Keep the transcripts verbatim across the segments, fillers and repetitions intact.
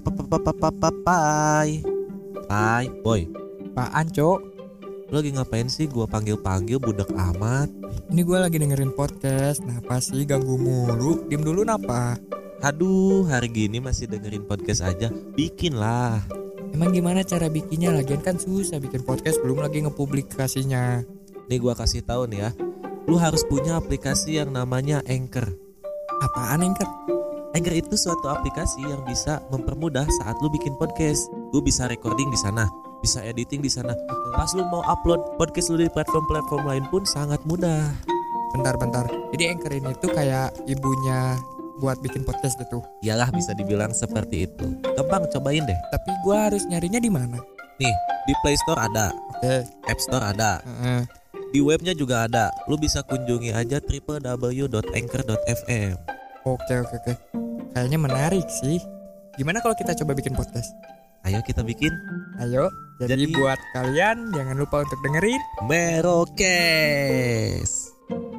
Pai, Pai, boy. Apaan, Cok? Lu lagi ngapain sih? Gua panggil-panggil budak amat. Ini gue lagi dengerin podcast. Napa sih ganggu mulu? Diem dulu napa? Aduh, hari gini masih dengerin podcast aja. Bikin lah. Emang gimana cara bikinnya? Lagian kan susah bikin podcast, belum lagi ngepublikasinya. Nih gua kasih tahu nih ya. Lu harus punya aplikasi yang namanya Anchor. Apaan, Anchor? Anchor itu suatu aplikasi yang bisa mempermudah saat lu bikin podcast. Lu bisa recording di sana, bisa editing di sana. Pas lu mau upload podcast lu di platform-platform lain pun sangat mudah. Bentar-bentar. Jadi Anchor ini tuh kayak ibunya buat bikin podcast gitu. Iyalah, bisa dibilang seperti itu. Gampang, cobain deh. Tapi gue harus nyarinya di mana? Nih, di Play Store ada, Oke. App Store ada, Heeh. di webnya juga ada. Lu bisa kunjungi aja w w w dot anchor dot f m. Oke, oke, oke. Kayaknya menarik sih. Gimana kalau kita coba bikin podcast? Ayo kita bikin Ayo. Jadi, Jadi- buat kalian jangan lupa untuk dengerin. Merokes.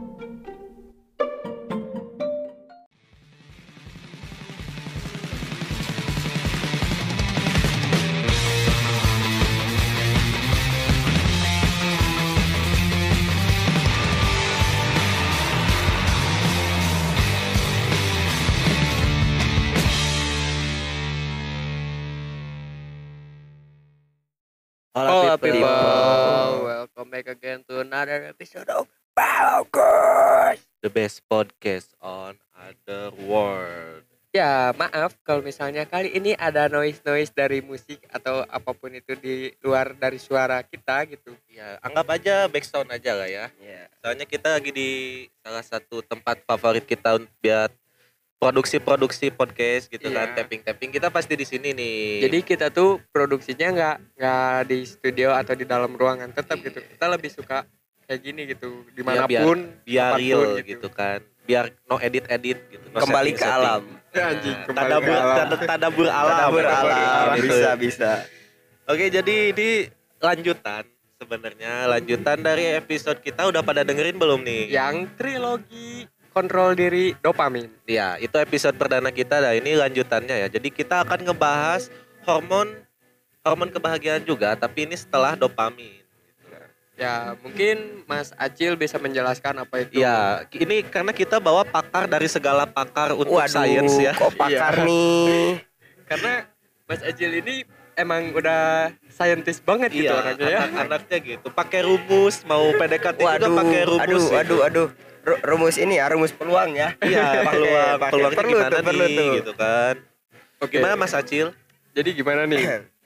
Hola people. people, welcome back again to another episode of Balokers. The best podcast on other world. Ya maaf kalau misalnya kali ini ada noise-noise dari musik atau apapun itu di luar dari suara kita gitu. Ya, anggap aja backsound aja lah ya. Ya. Soalnya kita lagi di salah satu tempat favorit kita untuk biar produksi-produksi podcast gitu kan, Iya. tapping-tapping kita pasti di sini nih. Jadi kita tuh produksinya nggak nggak di studio atau di dalam ruangan tetap Iya. gitu. Kita lebih suka kayak gini gitu Ya, dimanapun, biar kapanpun real gitu. gitu kan. Biar no edit-edit gitu. No Kembali ke setting-setting. alam. Ya, anjing, Nah, kembali tadabur, ke alam. tada- tadabur alam. Tadabur Tadabur alam. gitu. Bisa, bisa. Oke, jadi ini lanjutan sebenarnya lanjutan dari episode kita. Udah pada dengerin belum nih? Yang trilogi kontrol diri dopamin. Ya, itu episode perdana kita. Nah, ini lanjutannya ya. Jadi kita akan ngebahas hormon hormon kebahagiaan juga, tapi ini setelah dopamin. Ya mungkin Mas Acil bisa menjelaskan apa itu. Ya, ini karena kita bawa pakar dari segala pakar untuk Waduh, sains ya. kok pakar nih? Karena Mas Acil ini emang udah scientist banget gitu Iya, orangnya ya. anak-anaknya gitu. Pakai rumus, mau P D K T juga Waduh, pakai rumus. aduh, gitu. aduh, aduh. Ru- Rumus ini ya, rumus peluang ya. Iya, Pakai- peluang pakai- peluangnya perlu gimana tuh, perlu nih tuh. gitu kan. Oke. Gimana Mas Acil? Jadi gimana nih?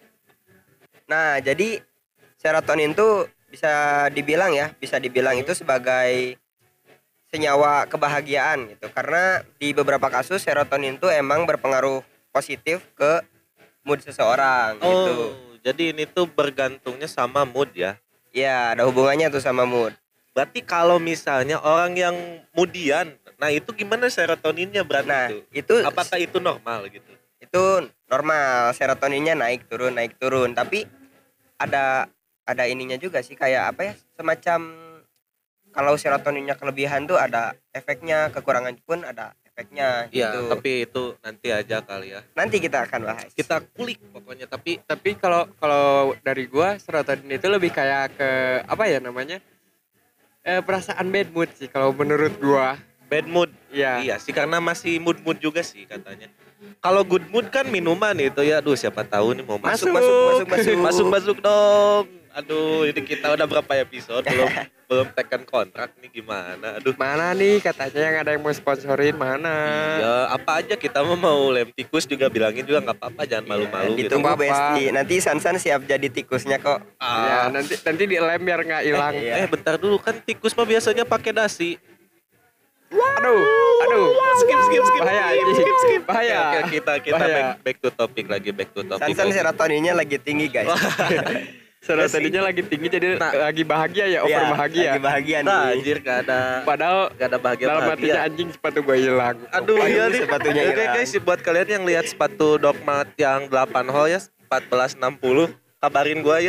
Nah, jadi serotonin tuh bisa dibilang ya, bisa dibilang itu sebagai senyawa kebahagiaan gitu. Karena di beberapa kasus serotonin tuh emang berpengaruh positif ke mood seseorang gitu. Oh, jadi ini tuh bergantungnya sama mood ya. Iya, ada hubungannya tuh sama mood. Berarti kalau misalnya orang yang mudian, nah itu gimana serotoninnya berarti Nah, itu? itu Apakah itu normal gitu? itu normal, serotoninnya naik turun naik turun, tapi ada ada ininya juga sih, kayak apa ya, semacam kalau serotoninnya kelebihan tuh ada efeknya, kekurangan pun ada efeknya Iya, gitu. tapi itu nanti aja kali ya. Nanti kita akan bahas. Kita kulik pokoknya, tapi Tapi kalau kalau dari gua serotonin itu lebih kayak ke apa ya namanya? Eh, perasaan bad mood sih kalau menurut gua. bad mood. Iya. Iya sih, karena masih mood-mood juga sih katanya. Kalau good mood kan minuman itu ya. Aduh, siapa tahu nih mau masuk. Masuk, masuk, masuk, masuk. Masuk, masuk dong. Aduh, ini kita udah berapa episode belum belum tekan kontrak nih, gimana? Aduh. Mana nih katanya yang ada yang mau sponsorin mana? Ya, apa aja kita mah mau lem tikus juga bilangin juga nggak apa-apa, jangan malu-malu gitu. Ditunggu Apa? Besti. Nanti Sansan siap jadi tikusnya kok. Ya, Ah, nanti nanti dilem biar nggak hilang. Iya. eh bentar dulu, kan tikus mah biasanya pakai dasi. Aduh, aduh. Skip, skip, skip. Bahaya, skip, anjing. skip, skip. Bahaya. Oke, oke, kita kita Bahaya. back, back to topic lagi, back to topic. Sansan lagi. serotoninnya lagi tinggi guys. Serotoninnya lagi tinggi jadi Nah. lagi bahagia ya, over Iya, bahagia. Lagi bahagia nih. Nah, anjir gak ada Padahal gak ada bahagia dalam bahagia. hatinya anjing sepatu gue hilang. Aduh, Aduh, iya nih. sepatunya Oke hilang. guys, buat kalian yang lihat sepatu Dogmat yang delapan hole ya, empat belas enam puluh, kabarin gua ya. Itu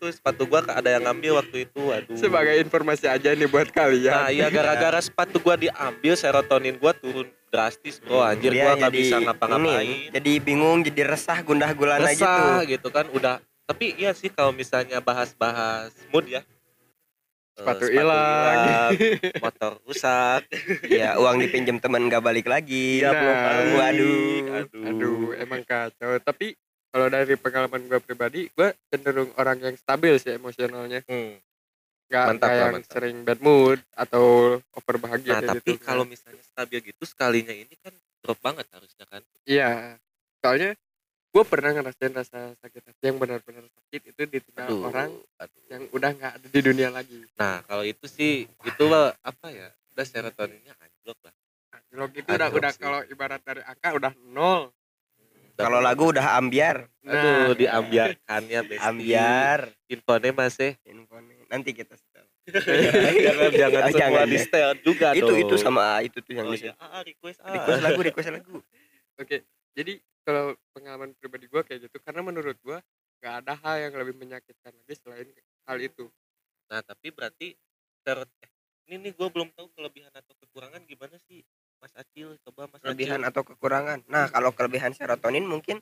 tuh sepatu gua ada yang ngambil waktu itu. Aduh. Sebagai informasi aja nih buat kalian. Nah, iya gara-gara sepatu gua diambil serotonin gua turun drastis, Bro. Anjir Dia gua nggak jadi bisa ngapa-ngapain. ini, jadi bingung, jadi resah, gundah gulana gitu. Resah gitu kan udah. Tapi iya sih kalau misalnya bahas-bahas mood ya. Eh, Sepatu hilang. hilang, motor rusak. Ya uang dipinjam teman nggak balik lagi. Iya, Nah, belum balik. waduh. Aduh. Aduh, emang kacau. Tapi kalau dari pengalaman gue pribadi, gue cenderung orang yang stabil sih emosionalnya. Hmm. Gak Mantap kayak lah, yang mantap. sering bad mood atau over bahagia Nah, kayak tapi gitu. kalau misalnya stabil gitu sekalinya ini kan drop banget harusnya kan. Iya, soalnya gue pernah ngerasain rasa sakit hati yang benar-benar sakit itu ditinggal Aduh, orang aduh. yang udah nggak ada di dunia lagi. Nah, kalau itu sih itu lah apa ya? Udah serotoninnya anjlok lah. Kalau gitu Anjlok udah udah sih. kalau ibarat dari angka udah nol. Kalau lagu udah ambiar, aduh Nah, diambiarkannya besti. ambiar. Infonya masih Infonya. Nanti kita setel. jangan jangan Ah, semua jangan di ya. setel juga Itu dong. itu sama itu tuh yang Oh, di iya. Ah, request ah. request lagu, request lagu. Oke, jadi kalau pengalaman pribadi gue kayak gitu, karena menurut gue nggak ada hal yang lebih menyakitkan lagi selain hal itu. Nah, tapi berarti serot eh, ini nih gue belum tahu kelebihan atau kekurangan gimana sih Mas Acil, coba Mas Kelebihan Acil. atau kekurangan. Nah, kalau kelebihan serotonin mungkin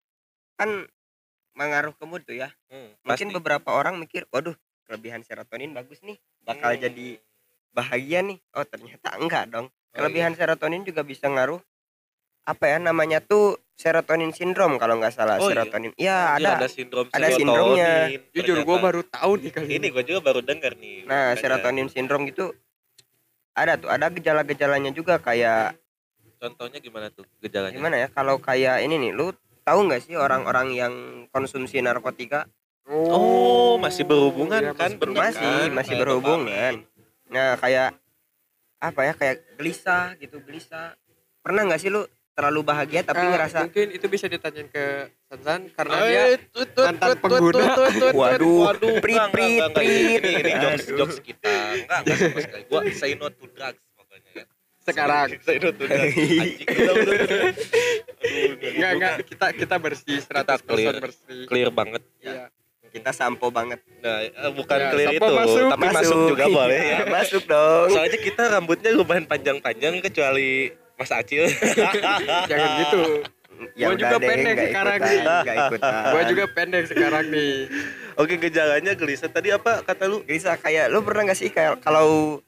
kan mengaruh ke mood tuh ya. Hmm, Mungkin pasti. beberapa orang mikir, waduh, kelebihan serotonin bagus nih, bakal Hmm. jadi bahagia nih. Oh, ternyata enggak dong. Oh, Kelebihan serotonin juga bisa ngaruh apa ya namanya tuh serotonin sindrom kalau nggak salah. Oh, iya? serotonin. Iya, Anjir, ada. ada sindrom ada serotonin, sindromnya. Jujur gue ternyata. baru tahu nih kali Ini gue juga baru dengar nih. Nah, makanya. serotonin sindrom gitu ada tuh, ada gejala-gejalanya juga kayak Contohnya gimana tuh gejalanya? gimana ya? Kalau kayak ini nih, lu tahu nggak sih orang-orang yang konsumsi narkotika? Oh, masih berhubungan iya, kan? masih Bener Masih, kan? masih Kayak berhubungan. Nah, kayak apa ya? Kayak gelisah gitu, gelisah. Pernah nggak sih lu terlalu bahagia tapi Ah, ngerasa mungkin itu bisa ditanyain ke Sansan karena dopamin. dia Eh, tut, tut, mantan tut, tut, pengguna. tut, tut, tut, Waduh, waduh, prit, enggak, prit, enggak, enggak, prit. Ini, ini jokes, Aduh. jokes kita. Enggak, enggak sama sekali. Gua say no to drugs pokoknya ya. sekarang Say no to drugs. Anjing, udah, udah, udah. Aduh, enggak enggak kita kita bersih seratus persen clear. bersih. Clear banget. Iya. kita sampo banget. Nah, eh, bukan Ya, clear sampo itu, masuk. tapi masuk, juga boleh ya. Masuk dong. Soalnya kita rambutnya lumayan panjang-panjang kecuali Mas Acil. Jangan gitu. Ya Gua udah juga deh, pendek nggak sekarang ikutan, nih. nggak ikutan. Gua juga pendek sekarang nih. Oke, gejalanya gelisah. Tadi apa kata lu? Bisa kayak lu pernah nggak sih kayak kalau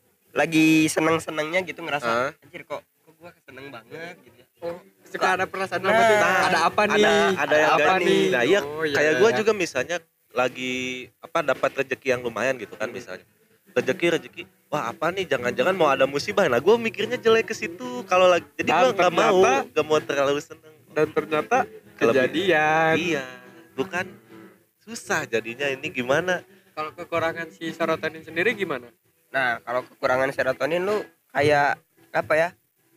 lagi seneng-senengnya gitu ngerasa Hah? anjir kok kok gua seneng banget gitu ya. Oh, suka ada perasaan Nah, apa nih? Ada apa nih? Ada ada yang apa ganti. Nah, iya Oh, iya, kayak iya, gue iya. juga misalnya lagi apa dapat rezeki yang lumayan gitu kan misalnya. Rezeki rezeki. Wah, apa nih? Jangan-jangan mau ada musibah. Nah, gue mikirnya jelek ke situ. Kalau lagi jadi gue Dan nggak mau, ternyata- nggak mau terlalu seneng. Dan ternyata Kelebih- kejadian. Iya, bukan susah jadinya ini gimana? Kalau kekurangan si serotonin sendiri gimana? Nah, kalau kekurangan serotonin lu kayak apa ya?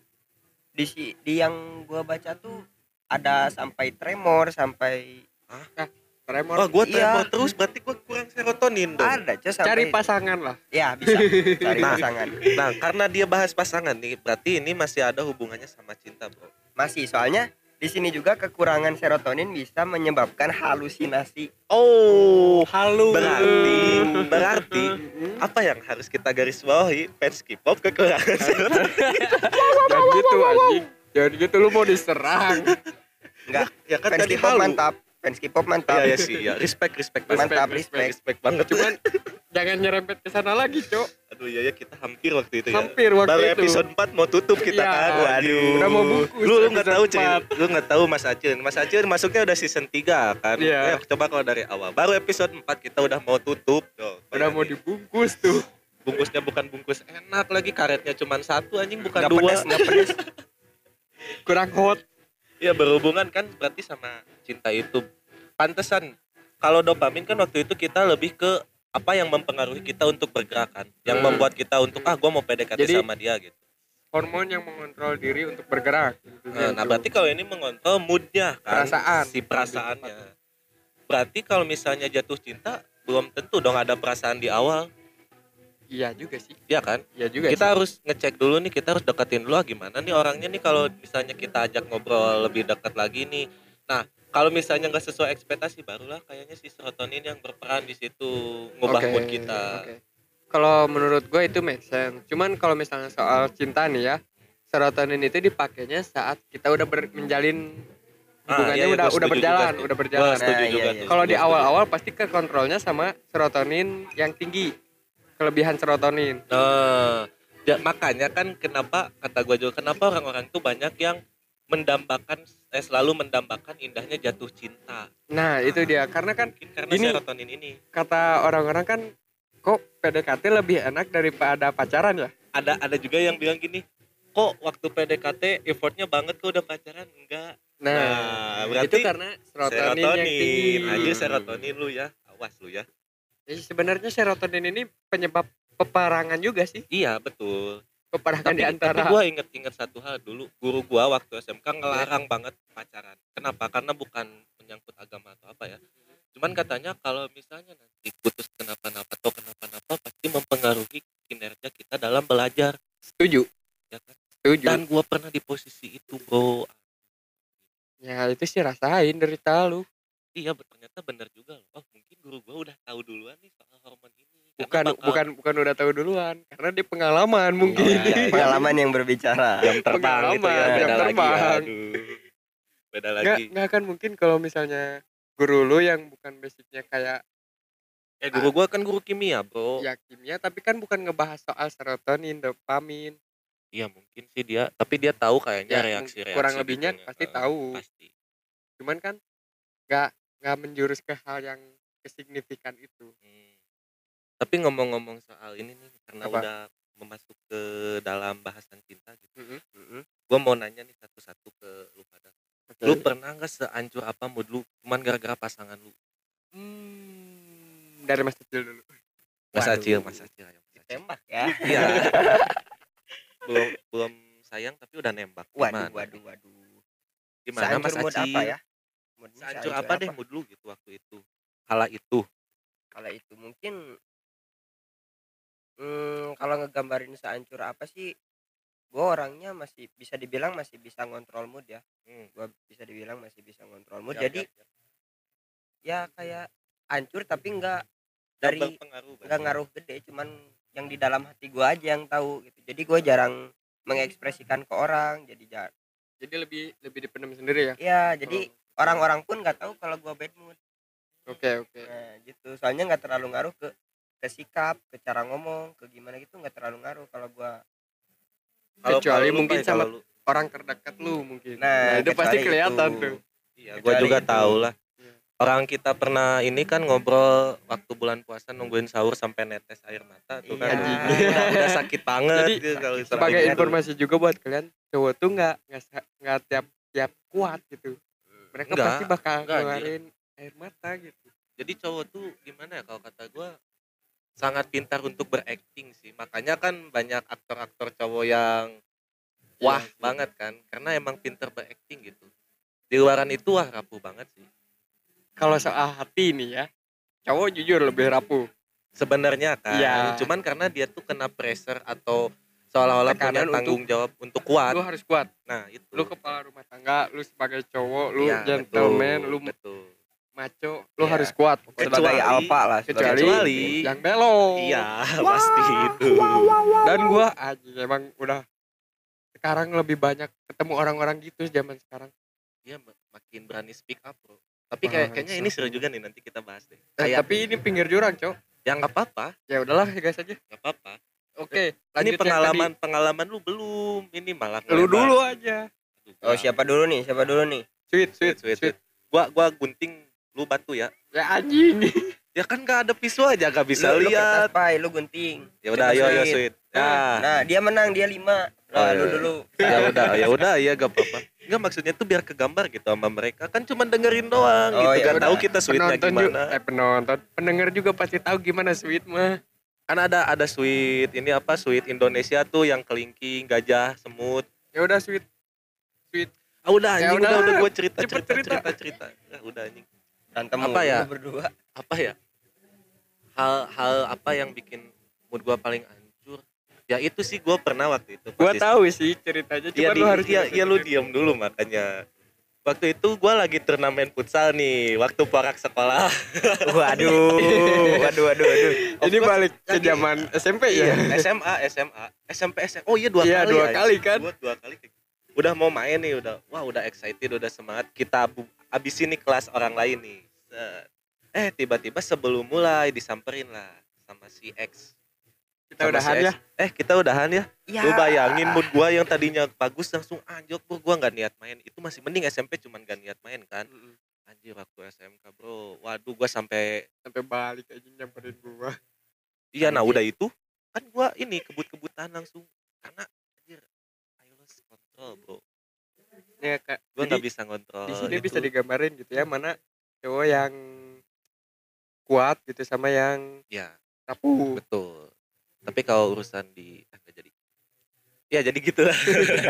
Di si- di yang gua baca tuh ada sampai tremor, sampai Tremor. Wah, gue tremor Iya. terus berarti gue kurang serotonin dong. ada cuy sampai Cari pasangan lah. ya bisa cari Nah. pasangan. Nah, karena dia bahas pasangan nih, berarti ini masih ada hubungannya sama cinta, bro. Masih soalnya di sini juga kekurangan serotonin bisa menyebabkan halusinasi. Oh, Halo. berarti berarti apa yang harus kita garis bawahi? Fans K-pop kekurangan serotonin. Jangan gitu anjing. Jangan gitu lu mau diserang. Enggak, Ya kan fans tadi K-pop halu. mantap. Fans K-pop mantap. Iya ya sih, ya respect respect banget. Mantap, Respect, respect. Respect banget. Cuman jangan nyerempet ke sana lagi, Cok. Aduh ya ya kita hampir waktu itu ya. Hampir waktu Baru itu. episode empat mau tutup kita Iya, kan. Waduh. udah mau bungkus Lu lu enggak episode tahu, Cuy. empat. Lu enggak tahu Mas Acil. Mas Acil masuknya udah season tiga kan. Iya. Ayo, coba kalau dari awal. Baru episode empat kita udah mau tutup tuh. Udah mau dibungkus tuh. Bungkusnya bukan bungkus enak lagi, karetnya cuma satu anjing bukan Nggak dua. pedes, nggak pedes. Kurang hot. Iya, berhubungan kan berarti sama cinta itu. Pantesan kalau dopamin kan waktu itu kita lebih ke apa yang mempengaruhi kita untuk bergerak kan, yang Hmm. membuat kita untuk ah gua mau P D K T Jadi- sama dia gitu. Hormon yang mengontrol diri untuk bergerak. Nah, nah berarti kalau ini mengontrol moodnya kan, Perasaan. si perasaannya. Berarti kalau misalnya jatuh cinta belum tentu dong ada perasaan di awal, Iya juga sih. ya kan? Iya juga Kita harus ngecek dulu nih, kita harus deketin dulu ah, gimana nih orangnya nih kalau misalnya kita ajak ngobrol lebih dekat lagi nih. Nah, Kalau misalnya nggak sesuai ekspektasi, barulah kayaknya si serotonin yang berperan di situ ngubah Oke, mood kita. oke. Kalau menurut gue itu make sense. Cuman kalau misalnya soal cinta nih ya, serotonin itu dipakainya saat kita udah ber- menjalin Ah, hubungannya iya, iya, udah gua udah setuju berjalan, juga tuh. udah Gua berjalan. setuju Nah, juga iya, tuh. iya. Kalau di Gua setuju. awal-awal pasti ke kontrolnya sama serotonin yang tinggi, kelebihan serotonin. Nah, ya, makanya kan kenapa kata gua juga kenapa orang-orang tuh banyak yang mendambakan eh, selalu mendambakan indahnya jatuh cinta. Nah itu dia, karena kan Mungkin karena ini serotonin ini. kata orang-orang kan kok P D K T lebih enak daripada pacaran ya. Ada ada juga yang bilang gini, kok waktu P D K T effortnya banget kok udah pacaran enggak. Nah, Nah, berarti itu karena serotonin, yang tinggi. Anjir serotonin lu ya. Awas lu ya. Ya, sebenarnya serotonin ini penyebab peperangan juga sih, Iya, betul. peperangan Tapi, di antara. tapi gue inget-inget satu hal dulu, guru gue waktu S M K ngelarang banget pacaran. Kenapa? Karena bukan menyangkut agama atau apa ya. Cuman katanya kalau misalnya nanti putus kenapa-napa atau kenapa-napa pasti mempengaruhi kinerja kita dalam belajar, Setuju, ya kan? setuju. Dan gue pernah di posisi itu, bro. Ya itu sih rasain derita lu. Iya, ternyata bener juga loh. Oh, mungkin guru gue udah tahu duluan nih soal hormon ini. Karena Bukan bakal- bukan bukan udah tahu duluan, karena dia pengalaman mungkin. Iya, iya. Pengalaman yang berbicara. jam terbang gitu ya, Pengalaman, beda jam lagi ya. terbang. Aduh. Beda Nggak lagi. nggak akan mungkin kalau misalnya guru lu yang bukan basicnya kayak Eh, guru gue kan guru kimia, bro. ya kimia, tapi kan bukan ngebahas soal serotonin, dopamin. Iya mungkin sih dia, tapi dia tahu kayaknya Ya, reaksi-reaksi kurang gitu lebihnya nya. pasti Eh, tahu. Pasti. Cuman kan nggak nggak menjurus ke hal yang kesignifikan itu. Hmm. Tapi ngomong-ngomong soal ini nih, karena Apa? udah memasuk ke dalam bahasan cinta gitu. Mm-mm, mm-mm. Gue mau nanya nih satu-satu ke lu pada. Oke. Lu pernah nggak seancur apa mood lu cuman gara-gara pasangan lu? Hmm, dari Mas Kecil dulu. Mas Waduh. Acil, Mas Acil, ayo, Mas Acil. Tembak ya. Iya. belum belum sayang tapi udah nembak. Waduh, Gimana? waduh, waduh. Gimana Sehancur Mas mood Acil? apa ya? Moodnya Seancur sehancur apa deh mood lu gitu waktu itu? Kala itu. Kalau itu mungkin hmm, kalau ngegambarin sehancur apa sih, gue orangnya masih bisa dibilang masih bisa ngontrol mood ya. Hmm. Gue bisa dibilang masih bisa ngontrol mood. Ya, Jadi ya, ya. ya kayak hancur tapi nggak Nggak dari berpengaruh, nggak berarti. ngaruh gede, cuman yang di dalam hati gue aja yang tahu gitu. Jadi gue jarang mengekspresikan ke orang. Jadi jar Jadi lebih lebih dipendam sendiri ya. ya jadi orang-orang pun nggak tahu kalau gue bad mood. Oke oke. Nah, gitu. Soalnya nggak terlalu ngaruh ke ke sikap, ke cara ngomong, ke gimana gitu, nggak terlalu ngaruh kalau gua. Kalau- Kecuali kalau lu, mungkin Bay, sama kalau lu- orang terdekat lu mungkin. Nah, Nah, itu pasti kecuali kelihatan itu. tuh. Iya, gue Kecuali juga itu. tahu lah. Iya. Orang kita pernah ini kan ngobrol waktu bulan puasa nungguin sahur sampai netes air mata tuh kan. Iya. Anjing. udah, udah sakit banget. Jadi, gitu kalau sakit Sebagai sampai- informasi juga buat kalian, cowok tuh nggak nggak sa- nggak tiap tiap kuat gitu. Mereka Enggak, pasti bakal enggak, ngeluarin air mata gitu. Jadi cowok tuh gimana ya kalau kata gue sangat pintar untuk berakting sih. Makanya kan banyak aktor-aktor cowok yang wah Iya sih. banget kan. Karena emang pintar berakting gitu. Di luaran itu wah rapuh banget sih. Kalau soal hati nih ya, cowok jujur lebih rapuh. Sebenarnya kan. Iya. Cuman karena dia tuh kena pressure atau seolah-olah punya Tekanan tanggung jawab untuk kuat. Lu harus kuat. Nah itu. Lu kepala rumah tangga, lu sebagai cowok, lu Iya, gentleman, betul, lu betul. maco, lu Iya. harus kuat. Sebagai Kecuali- alpha lah, sebagai Kecuali Kecuali yang belok. iya pasti itu. Dan gua anjing emang udah sekarang lebih banyak ketemu orang-orang gitu zaman sekarang. Dia makin berani speak up bro. Tapi Wah, kayak kayaknya ini bangsat. seru juga nih nanti kita bahas deh. Eh, Kayak tapi ini pinggir jurang, Cok. yang nggak apa-apa, Ya udahlah, guys aja. nggak apa-apa. Oke, Ini lanjut yang pengalaman pengalaman lu belum. Ini malah tadi. Lu ngelebar. dulu aja. Aduh, Oh, gua- siapa dulu nih? Siapa dulu nih? Sweet, Sweet, sweet, sweet, sweet. sweet. Gua gua gunting, lu batu ya. Ya anjing. Ya kan gak ada pisau aja gak bisa Lu, lu kertas, lihat. Pai, lu gunting. Ya udah Coba ayo ayo sweet. sweet. Ya. Nah, dia menang, dia lima. Oh, Nah, iya. lu dulu. Ya udah, ya udah ya gak apa-apa. Enggak maksudnya tuh biar kegambar gitu sama mereka. Kan cuma dengerin doang Oh, gitu. ya Gak udah. tahu kita sweetnya Penonton juga, gimana. eh penonton, pendengar juga pasti tahu gimana sweet mah. Kan ada ada sweet ini apa sweet Indonesia tuh yang kelingking, gajah, semut. Ya udah sweet. Sweet. Ah udah Ya anjing udah, udah udah gue cerita cepet cerita cerita. cerita cerita. Ya udah anjing. Berantem Apa mulu ya? lu berdua. Apa ya? Hal-hal apa yang bikin mood gua paling hancur? Ya itu sih gua pernah waktu itu. Gua pas di- tahu sih ceritanya, Iya cuma di, lu harus iya, jelasin iya lu dulu. diam dulu makanya. waktu itu gue lagi turnamen futsal nih waktu porak sekolah. Waduh, waduh, waduh, waduh. Ini course, balik ke lagi- zaman S M P ya. S M A, S M A, S M P, S M A. Oh iya dua Iya, kali. dua ya. kali kan. Dua, dua kali. Udah mau main nih, udah. Wah, udah excited, udah semangat. Kita bu- abisin nih kelas orang lain nih. Set. Eh, tiba-tiba sebelum mulai disamperin lah sama si X. Kita Sama udahan si X. ya. Eh, kita udahan ya. Ya. Lu bayangin mood gua yang tadinya bagus langsung anjok, bro. Gua nggak niat main. Itu masih mending S M P cuman gak niat main kan. Mm-mm. Anjir waktu S M K, bro. Waduh, gua sampai Sampai balik aja nyamperin gua. iya, nah Anjir. udah itu kan gua ini kebut-kebutan langsung karena anjir I lost control, bro. Ya Kak. Gua Jadi nggak bisa ngontrol. di sini itu. bisa digambarin gitu ya, mana cowok yang kuat gitu sama yang Ya, rapuh. betul. Tapi kalau urusan di ah, nggak jadi. Ya jadi gitu lah.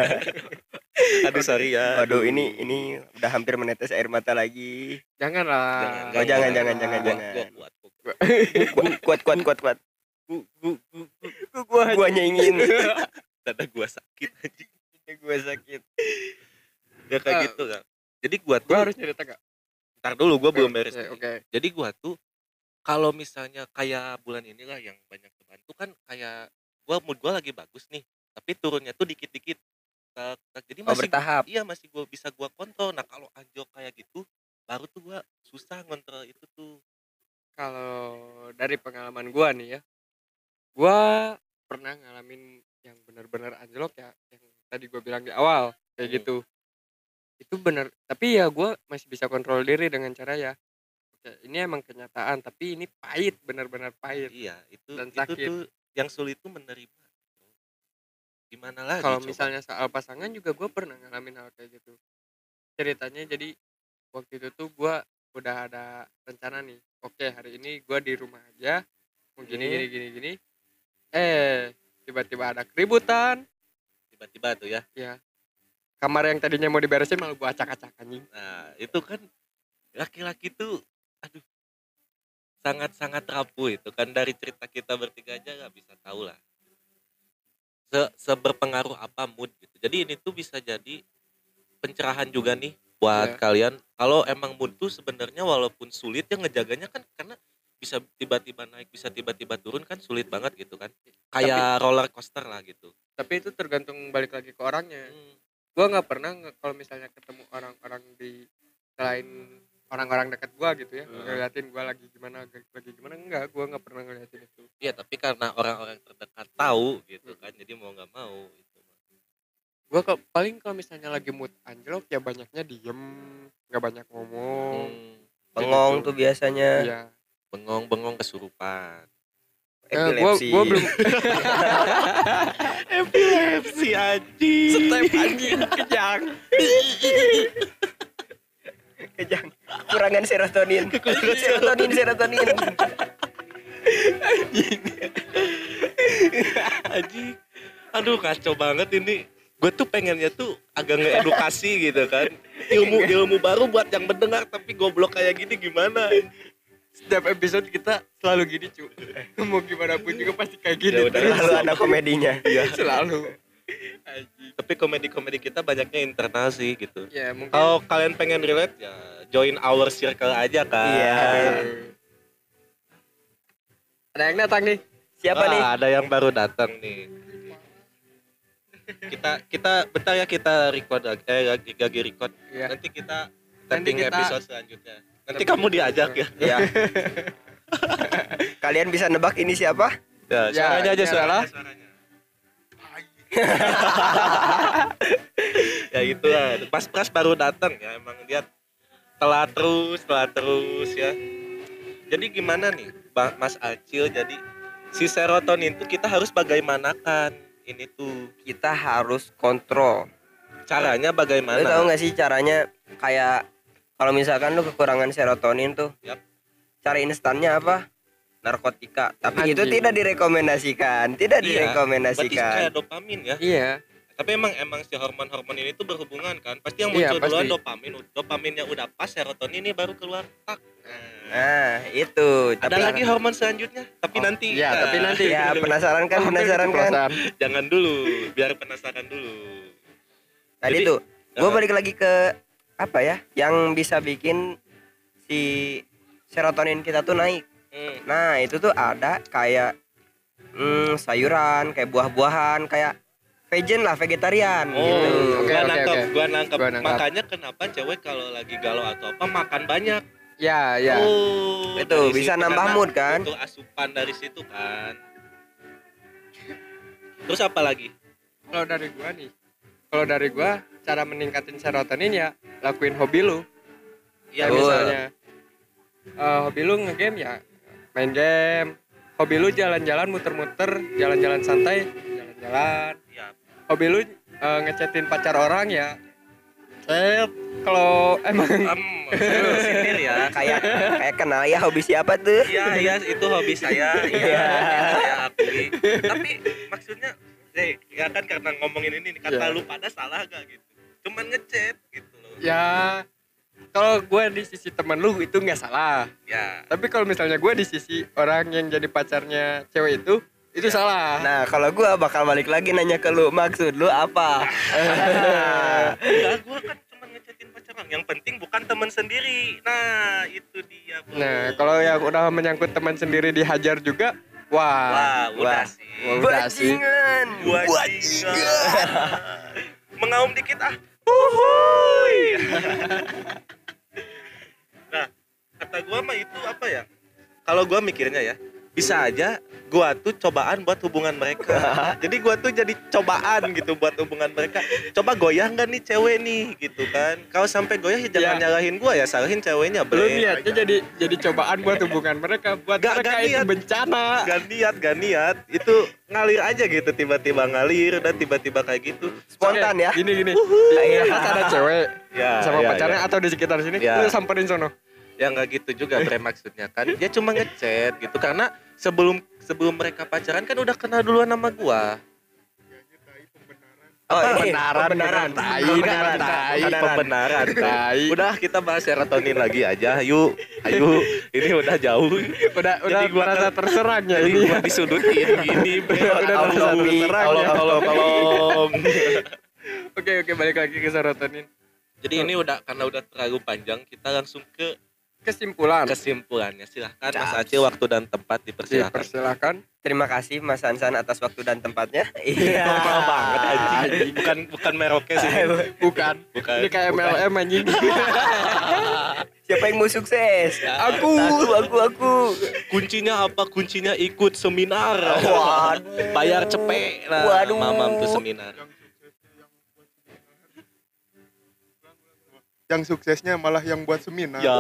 Aduh sorry ya. Waduh, ini ini udah hampir menetes air mata lagi. Janganlah. Oh, jangan, jangan, jangan, Gua- jangan. gua kuat, gua kuat. Kuat, kuat, kuat, kuat, kuat. Gu- gu- gu- gu- Gua guanya ingin. Dada gua sakit anjing. Gua sakit. Ya kayak Ah. gitu kan. Jadi gua tuh Gua harus cerita Kak. ntar dulu gua belum beres. Oke, nih. Oke. Jadi gua tuh kalau misalnya kayak bulan inilah yang banyak kebantu kan kayak gua mood gua lagi bagus nih, tapi turunnya tuh dikit-dikit. Tak, tak. Jadi Oh, masih bertahap. iya masih gua bisa gua kontrol. Nah, kalau anjok kayak gitu baru tuh gua susah ngontrol itu tuh. Kalau dari pengalaman gua nih ya, gua pernah ngalamin yang benar-benar anjlok ya, yang tadi gua bilang di awal kayak Hmm. gitu. Itu benar, tapi ya gua masih bisa kontrol diri dengan cara ya, oke ini emang kenyataan, tapi ini pahit, benar-benar pahit. Iya, itu Dan itu sakit. tuh yang sulit tuh menerima. Gimana lagi Kalau coba? misalnya soal pasangan juga gua pernah ngalamin hal kayak gitu. Ceritanya jadi waktu itu tuh gua udah ada rencana nih, oke hari ini gua di rumah aja, mau gini Hmm. gini gini gini. Eh tiba-tiba ada keributan. Tiba-tiba tuh ya. Kamar yang tadinya mau diberesin malah gua acak-acak anjing. Nah, itu kan laki-laki tuh aduh sangat-sangat rapuh itu kan dari cerita kita bertiga aja nggak bisa tahu lah. Se seberpengaruh apa mood gitu. Jadi ini tuh bisa jadi pencerahan juga nih buat Iya. kalian. Kalau emang mood tuh sebenarnya walaupun sulit ya ngejaganya kan karena bisa tiba-tiba naik, bisa tiba-tiba turun kan sulit banget gitu kan. Kayak roller coaster lah gitu. Tapi itu tergantung balik lagi ke orangnya. Hmm. Gua nggak pernah nge- kalau misalnya ketemu orang-orang di selain orang-orang dekat gua gitu ya, Hmm. ngeliatin gua lagi gimana lagi gimana enggak, gua nggak pernah ngeliatin itu. Iya, tapi karena orang-orang terdekat tahu gitu kan. Jadi mau nggak mau itu. Gua ke, paling kalau misalnya lagi mood anjlok ya banyaknya diem, nggak banyak ngomong. Hmm. Bengong Gitu. tuh biasanya. Iya. Bengong-bengong kesurupan. Eh, gua Epilepsi. gua belum Epilepsi anjing. step anjing kejang. Kejang. Kurangan serotonin. Serotonin, serotonin. Anjing. Aduh kacau banget ini. Gue tuh pengennya tuh agak ngeedukasi gitu kan. Ilmu ilmu baru buat yang mendengar tapi goblok kayak gini gimana? Setiap episode kita selalu gini cu. Mau gimana pun juga pasti kayak gini. Ya udah, terus. Lalu ada komedinya. Selalu. Anjing. Tapi komedi-komedi kita banyaknya internal sih gitu. Ya mungkin. Kalau kalian pengen relate ya join our circle aja kan. Iya. Ada yang datang nih. Siapa Wah, nih? ada yang baru datang nih. Kita kita bentar ya kita record lagi eh lagi, lagi record. Iya. Nanti kita Nanti tapping kita- episode selanjutnya. Nanti kamu diajak ya. Ya. Kalian bisa nebak ini siapa? Ya, Ya, suaranya aja ini suaranya. adalah- suaranya. Ya gitu lah. Pas Pras baru datang ya emang dia telat terus, telat terus ya. Jadi gimana nih, Bang Mas Acil? Jadi si serotonin itu kita harus bagaimanakan ini tuh Kita harus kontrol. caranya Lu tahu bagaimana? nggak sih caranya kayak kalau misalkan lu kekurangan serotonin tuh, Yap. cara instannya apa? Narkotika. Tapi itu Anjing. tidak direkomendasikan, tidak Iya, Berarti direkomendasikan. kayak dopamin ya. Iya. Tapi emang emang si hormon-hormon ini tuh berhubungan kan. Pasti yang Iya, muncul duluan pasti. dopamin. Dopaminnya udah pas, serotonin ini baru keluar. Tak. Nah, Nah, itu. ada Tapi lagi hormon selanjutnya, tapi Oh, nanti. iya, Nah, tapi nanti. ya penasaran kan, Hampir penasaran kan? keceplosan. Jangan dulu, biar penasaran dulu. Tadi Jadi, tuh, gue uh, balik lagi ke apa ya yang bisa bikin si serotonin kita tuh naik. Hmm. Nah itu tuh ada kayak hmm, sayuran, kayak buah-buahan, kayak vegan lah, vegetarian Oh, gitu. Oke, gua oke, nangkep, oke. gua nangkep. Gua nangkep. Makanya kenapa cewek kalau lagi galau atau apa makan banyak. Ya, ya. Oh, Itu dari bisa situ, nambah karena mood kan? Itu asupan dari situ kan. Terus apa lagi? Kalau dari gua nih, kalau dari gua cara meningkatin serotonin ya lakuin hobi lu. Ya, Kayak betul. misalnya eh, hobi lu ngegame ya main game. Hobi lu jalan-jalan muter-muter, jalan-jalan santai, jalan-jalan. ya. Hobi lu eh, ngechatin pacar orang ya. Chat. Kalau emang Um, sindir ya. Kayak kayak kenal ya hobi siapa tuh? Iya, iya itu hobi saya. Iya, Iya. saya akui. Tapi maksudnya, eh, ya kan karena ngomongin ini kata Iya. lu pada salah gak gitu? Cuman ngechat gitu loh. ya kalau gue di sisi temen lu itu nggak salah. Ya. Tapi kalau misalnya gue di sisi orang yang jadi pacarnya cewek itu, itu Ya. salah. Nah kalau gua bakal balik lagi nanya ke lu, maksud lu apa? Enggak, gua kan cuma ngechatin pacaran. Yang penting bukan teman sendiri. Nah, itu dia, Bro. Nah, kalau yang udah menyangkut teman sendiri dihajar juga, wah, Wah, udah Wah. sih. Wah, udah sih. Bajingan. Bajingan. Mengaum dikit ah. Uhuy. Nah, kata gua mah itu apa ya? Kalau gua mikirnya ya, bisa aja gua tuh cobaan buat hubungan mereka. Jadi gua tuh jadi cobaan gitu buat hubungan mereka. Coba goyah nggak nih cewek nih gitu kan? Kalau sampai goyah ya jangan Ya. nyalahin gua ya, salahin ceweknya. Lu Bre. niatnya jadi jadi cobaan buat hubungan mereka, buat Gak- mereka gak itu niat. bencana. Gak niat, gak niat. Itu ngalir aja gitu, tiba-tiba ngalir dan tiba-tiba kayak gitu. Spontan ya. Gini gini. Iya. Pas ada cewek Ya, sama ya, pacarnya ya. atau di sekitar sini, Ya. lu samperin sono. Ya nggak gitu juga bre maksudnya kan. Dia cuma ngechat gitu karena sebelum sebelum mereka pacaran kan udah kenal duluan sama gua. Oh, Apa? ini Pembenaran, pembenaran, tai, pembenaran, tai, pembenaran. Pembenaran. Tai. Udah kita bahas serotonin lagi aja. Yuk, ayo. Ini udah jauh. Udah udah Jadi gua merasa kan- terserang ya Jadi ini. gua disudutin gini bre. Udah Tolong, merasa terserang tolong, ya. tolong, tolong. Oke oke balik lagi ke serotonin. Jadi ini udah karena udah terlalu panjang, kita langsung ke Kesimpulan. kesimpulannya. Silahkan Mas Acil, waktu dan tempat dipersilahkan. Dipersilakan. Terima kasih Mas Ansan atas waktu dan tempatnya. Normal banget anjing. Bukan bukan Merauke sih. Bukan. Bukan. Ini kayak M L M anjing. Siapa yang mau sukses? Aku. Aku, aku, aku. Kuncinya apa? Kuncinya ikut seminar. Waduh. Bayar cepet lah. Waduh. Mamam tuh seminar. Yang suksesnya malah yang buat seminar. Ya.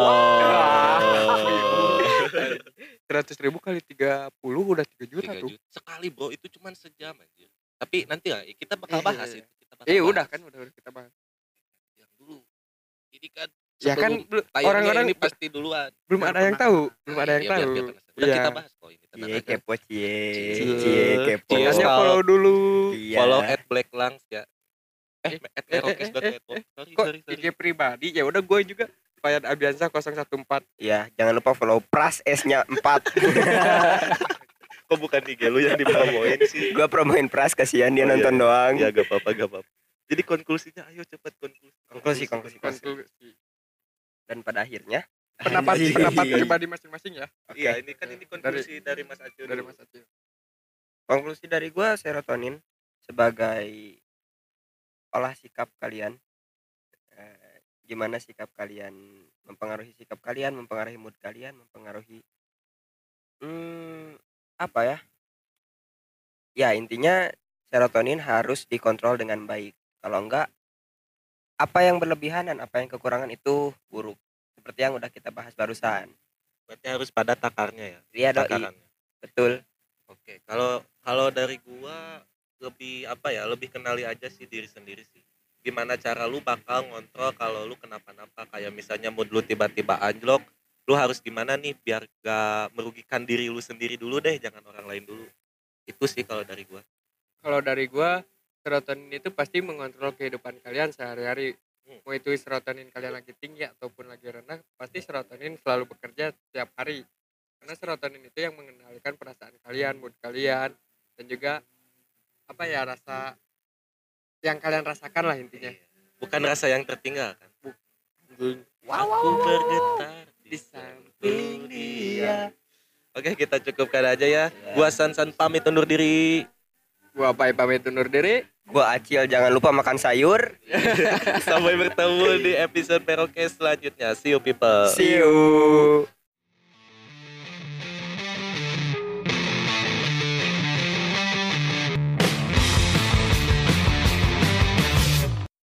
Seratus ribu kali tiga puluh udah tiga juta Tiga tuh. juta. Sekali bro, itu cuma sejam aja. Tapi nanti lah kita bakal Eh, bahas eh, itu. Kita bakal Eh bahas. udah kan udah, udah kita bahas. Yang dulu. Ini kan Ya kan sebelum bel- tayangnya orang-orang ini pasti duluan. belum ada yang tahu, belum ada yang Iya, biar- tahu. biar penasaran. Udah Iya. kita bahas kok ini. tenang Cie aja. kepo cie. Cie. Cie kepo. Cie, Makanya style. follow dulu. Iya. Follow at Black Lungs ya. Eh, at eh, merokes dot eh, network. Sorry, Kok sorry, I G sorry. pribadi ya udah gue juga Fayad Abiansa nol satu empat. Iya, jangan lupa follow Pras S-nya empat. Kok bukan I G lu yang dipromoin sih? Gua promoin Pras, kasihan dia Oh, iya, nonton iya. doang. Ya gak apa-apa, gak apa-apa. Jadi konklusinya ayo cepat konklusi. Konklusi, konklusi, konklusi. Konklusi. Dan pada akhirnya Pendapat Anjing. pendapat pribadi masing-masing ya. Iya, ini kan ini konklusi dari, Mas Acil. Dari dulu. Mas Acil. Konklusi dari gua serotonin sebagai olah sikap kalian. Eh, gimana sikap kalian mempengaruhi sikap kalian, mempengaruhi mood kalian, mempengaruhi hmm, apa ya? Ya intinya serotonin harus dikontrol dengan baik. Kalau enggak, apa yang berlebihan dan apa yang kekurangan itu buruk. Seperti yang udah kita bahas barusan. Berarti harus pada takarnya ya. Iya doi, Takarannya. betul. Oke, kalau kalau dari gua lebih apa ya, lebih kenali aja sih diri sendiri sih. Gimana cara lu bakal ngontrol kalau lu kenapa-napa, kayak misalnya mood lu tiba-tiba anjlok, lu harus gimana nih biar gak merugikan diri lu sendiri dulu deh, jangan orang lain dulu. Itu sih kalau dari gua. Kalau dari gua serotonin itu pasti mengontrol kehidupan kalian sehari-hari. Hmm. Mau itu serotonin kalian lagi tinggi ataupun lagi rendah, pasti serotonin selalu bekerja setiap hari. Karena serotonin itu yang mengendalikan perasaan kalian, mood kalian, dan juga apa ya rasa yang kalian rasakan lah intinya. Bukan rasa yang tertinggal kan. Aku bergetar di samping dia. Oke, kita cukupkan aja ya. Gua San-san pamit undur diri. Gua Pai pamit undur diri. Gua Acil, jangan lupa makan sayur. Sampai bertemu di episode Perokes selanjutnya. See you people. See you.